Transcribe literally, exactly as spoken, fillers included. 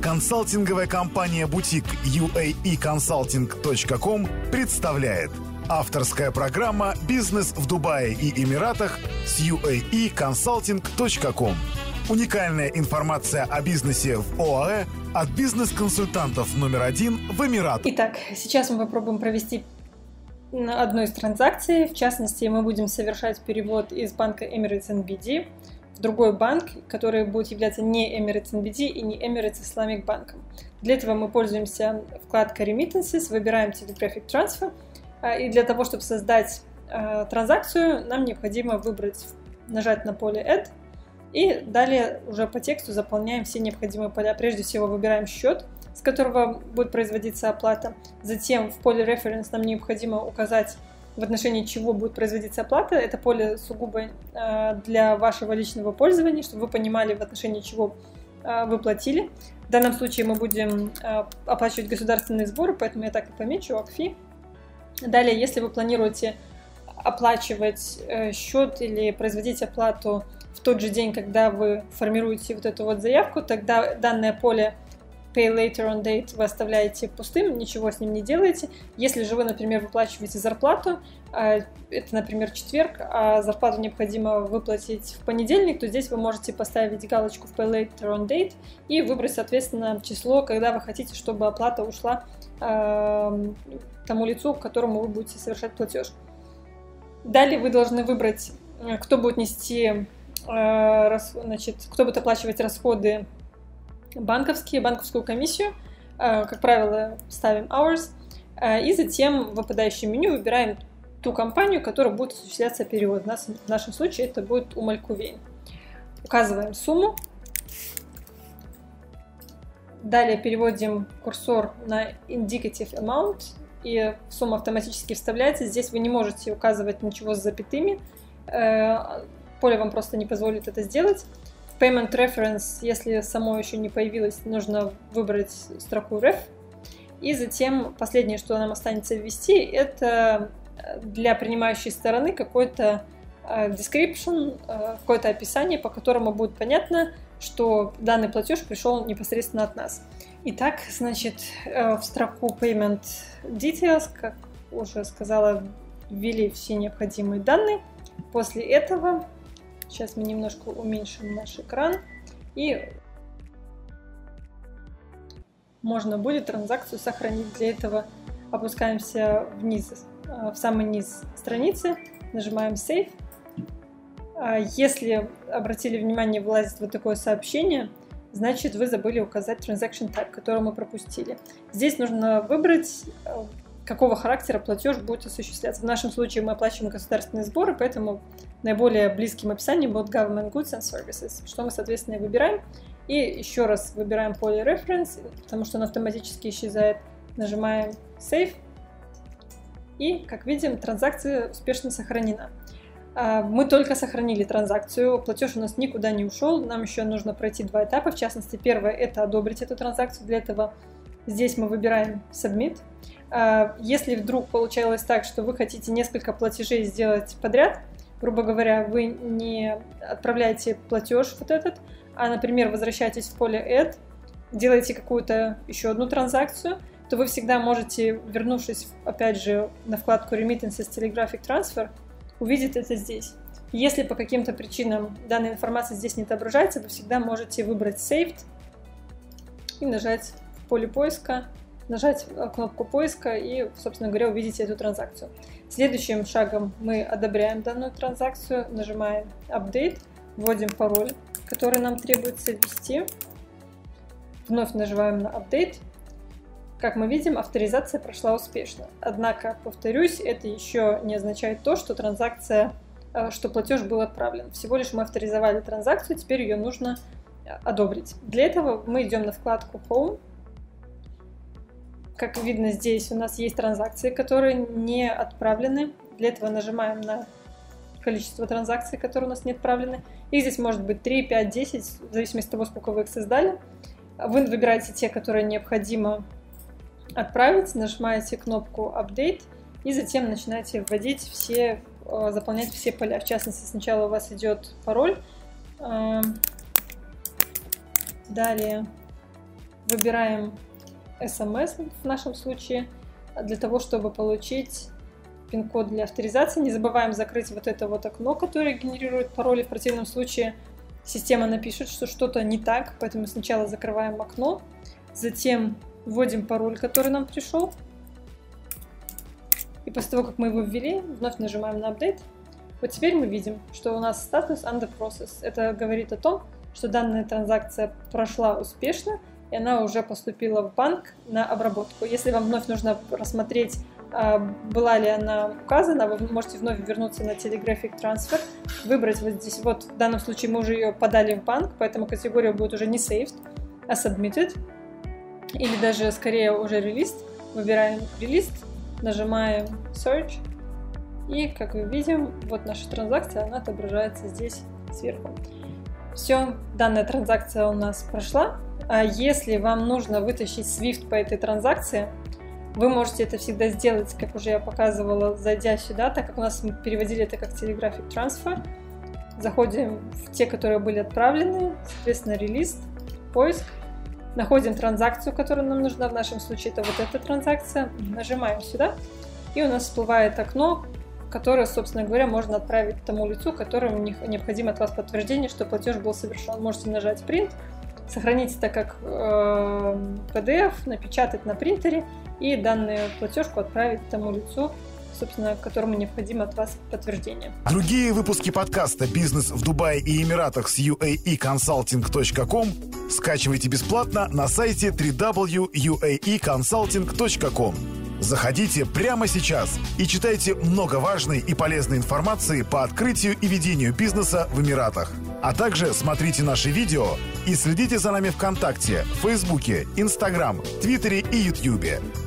Консалтинговая компания «Бутик» ю эй и консалтинг точка ком представляет авторская программа «Бизнес в Дубае и Эмиратах» с ю эй и консалтинг точка ком. Уникальная информация о бизнесе в ОАЭ от бизнес-консультантов номер один в Эмиратах. Итак, сейчас мы попробуем провести одну из транзакций. В частности, мы будем совершать перевод из банка Emirates эн би ди в другой банк, который будет являться не Emirates эн би ди и не Emirates Islamic Bank. Для этого мы пользуемся вкладкой Remittances, выбираем Telegraphic Transfer. И для того, чтобы создать э, транзакцию, нам необходимо выбрать, нажать на поле Add, и далее уже по тексту заполняем все необходимые поля. Прежде всего выбираем счет, с которого будет производиться оплата. Затем в поле Reference нам необходимо указать, в отношении чего будет производиться оплата. Это поле сугубо э, для вашего личного пользования, чтобы вы понимали, в отношении чего э, вы платили. В данном случае мы будем э, оплачивать государственные сборы, поэтому я так и помечу ОКФИ. Далее, если вы планируете оплачивать э, счет или производить оплату в тот же день, когда вы формируете вот эту вот заявку, тогда данное поле Pay Later on Date вы оставляете пустым, ничего с ним не делаете. Если же вы, например, выплачиваете зарплату, э, это, например, четверг, а зарплату необходимо выплатить в понедельник, то здесь вы можете поставить галочку в Pay Later on Date и выбрать, соответственно, число, когда вы хотите, чтобы оплата ушла э, тому лицу, к которому вы будете совершать платеж. Далее вы должны выбрать, кто будет нести, значит, кто будет оплачивать расходы банковские, банковскую комиссию. Как правило, ставим hours. И затем в выпадающем меню выбираем ту компанию, которая будет осуществляться перевод. У нас, в нашем случае это будет Umm Al Quwain. Указываем сумму. Далее переводим курсор на Indicative Amount, и сумма автоматически вставляется. Здесь вы не можете указывать ничего с запятыми. Поле вам просто не позволит это сделать. В Payment Reference, если само еще не появилось, нужно выбрать строку Ref. И затем последнее, что нам останется ввести, это для принимающей стороны какой-то description, какое-то описание, по которому будет понятно, что данный платеж пришел непосредственно от нас. Итак, значит, в строку Payment Details, как уже сказала, ввели все необходимые данные. После этого, сейчас мы немножко уменьшим наш экран, и можно будет транзакцию сохранить. Для этого опускаемся вниз, в самый низ страницы, нажимаем Save. Если обратили внимание, вылазит вот такое сообщение, значит, вы забыли указать Transaction Type, который мы пропустили. Здесь нужно выбрать, какого характера платеж будет осуществляться. В нашем случае мы оплачиваем государственные сборы, поэтому наиболее близким описанием будет Government Goods and Services, что мы, соответственно, и выбираем. И еще раз выбираем поле Reference, потому что он автоматически исчезает. Нажимаем Save. И, как видим, транзакция успешно сохранена. Мы только сохранили транзакцию, платеж у нас никуда не ушел, нам еще нужно пройти два этапа. В частности, первое – это одобрить эту транзакцию. Для этого здесь мы выбираем Submit. Если вдруг получалось так, что вы хотите несколько платежей сделать подряд, грубо говоря, вы не отправляете платеж вот этот, а, например, возвращаетесь в поле Add, делаете какую-то еще одну транзакцию, то вы всегда можете, вернувшись опять же на вкладку Remittances Telegraphic Transfer, увидеть это здесь. Если по каким-то причинам данная информация здесь не отображается, вы всегда можете выбрать Saved и нажать в поле поиска, нажать кнопку поиска и, собственно говоря, увидите эту транзакцию. Следующим шагом мы одобряем данную транзакцию, нажимаем Update, вводим пароль, который нам требуется ввести, вновь нажимаем на Update. Как мы видим, авторизация прошла успешно. Однако, повторюсь, это еще не означает то, что транзакция, что платеж был отправлен. Всего лишь мы авторизовали транзакцию, теперь ее нужно одобрить. Для этого мы идем на вкладку Home. Как видно, здесь у нас есть транзакции, которые не отправлены. Для этого нажимаем на количество транзакций, которые у нас не отправлены. Их здесь может быть три, пять, десять, в зависимости от того, сколько вы их создали. Вы выбираете те, которые необходимо отправить, нажимаете кнопку Update и затем начинаете вводить все, заполнять все поля. В частности, сначала у вас идет пароль, далее выбираем эс эм эс в нашем случае для того, чтобы получить пин-код для авторизации. Не забываем закрыть вот это вот окно, которое генерирует пароли. В противном случае система напишет, что что-то не так, поэтому сначала закрываем окно, затем вводим пароль, который нам пришел. И после того, как мы его ввели, вновь нажимаем на апдейт. Вот теперь мы видим, что у нас статус under process. Это говорит о том, что данная транзакция прошла успешно, и она уже поступила в банк на обработку. Если вам вновь нужно рассмотреть, была ли она указана, вы можете вновь вернуться на Telegraphic Transfer, выбрать вот здесь, вот в данном случае мы уже ее подали в банк, поэтому категория будет уже не saved, а submitted, или даже скорее уже released. Выбираем released, нажимаем search, и как мы видим, вот наша транзакция, она отображается здесь сверху. Все, данная транзакция у нас прошла. А если вам нужно вытащить свифт по этой транзакции, вы можете это всегда сделать, как уже я показывала, зайдя сюда, так как у нас мы переводили это как Telegraphic Transfer. Заходим в те, которые были отправлены, соответственно, релиз, поиск, находим транзакцию, которая нам нужна, в нашем случае это вот эта транзакция, нажимаем сюда, и у нас всплывает окно, которое, собственно говоря, можно отправить тому лицу, которому необходимо от вас подтверждение, что платеж был совершен. Можете нажать Print, сохранить это как э, пи ди эф, напечатать на принтере и данную платежку отправить тому лицу, собственно, которому необходимо от вас подтверждение. Другие выпуски подкаста «Бизнес в Дубае и Эмиратах» с ю эй и консалтинг точка ком скачивайте бесплатно на сайте дабл ю дабл ю дабл ю ю эй и консалтинг точка ком. Заходите прямо сейчас и читайте много важной и полезной информации по открытию и ведению бизнеса в Эмиратах. А также смотрите наши видео и следите за нами ВКонтакте, Фейсбуке, Инстаграм, Твиттере и Ютьюбе.